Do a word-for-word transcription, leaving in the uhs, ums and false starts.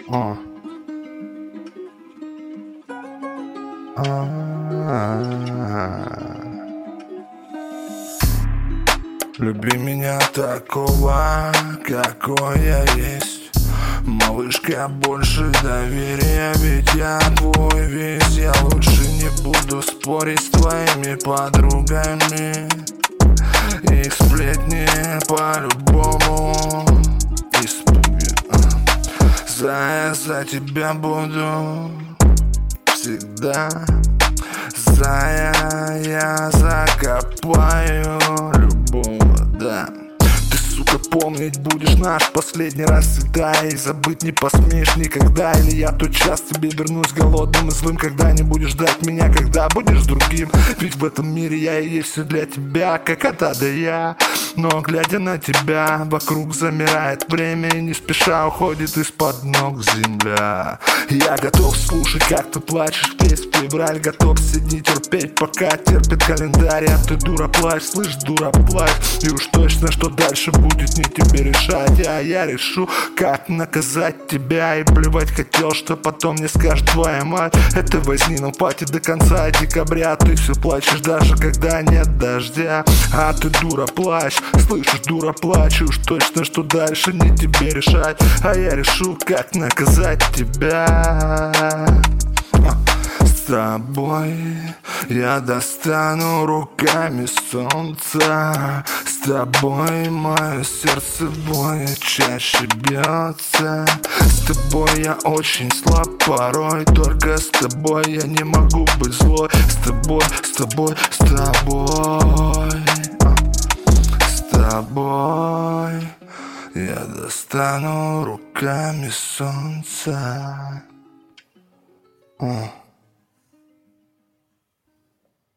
А. А-а-а. Люби меня такого, какой я есть. Малышка, больше доверия, ведь я твой весь. Я лучше не буду спорить с твоими подругами. Их сплетни по-любому испуги. За, за тебя буду всегда. Зая, я закопаю любого, да. Ты, сука, помнить будешь наш последний раз всегда. И забыть не посмеешь никогда. Или я тот час тебе вернусь голодным и злым, когда не будешь ждать меня, когда будешь с другим. Ведь в этом мире я и есть все для тебя, как это да я. Но глядя на тебя, вокруг замирает время, и не спеша уходит из-под ног земля. Я готов слушать, как ты плачешь весь февраль. Готов сидеть терпеть, пока терпит календарь. А ты дура плачь, слышь, дура плачь. И уж точно, что дальше будет не тебе решать. А я решу, как наказать тебя. И плевать хотел, что потом мне скажет твоя мать. Это возни на пати до конца декабря. Ты все плачешь, даже когда нет дождя. А ты дура плачь, слышишь, дура плачь. И уж точно, что дальше не тебе решать. А я решу, как наказать тебя. С тобой я достану руками солнца. С тобой мое сердце боя чаще бьется. С тобой я очень слаб порой. Только с тобой я не могу быть злой. С тобой, с тобой, с тобой. С тобой я достану руками солнца. О.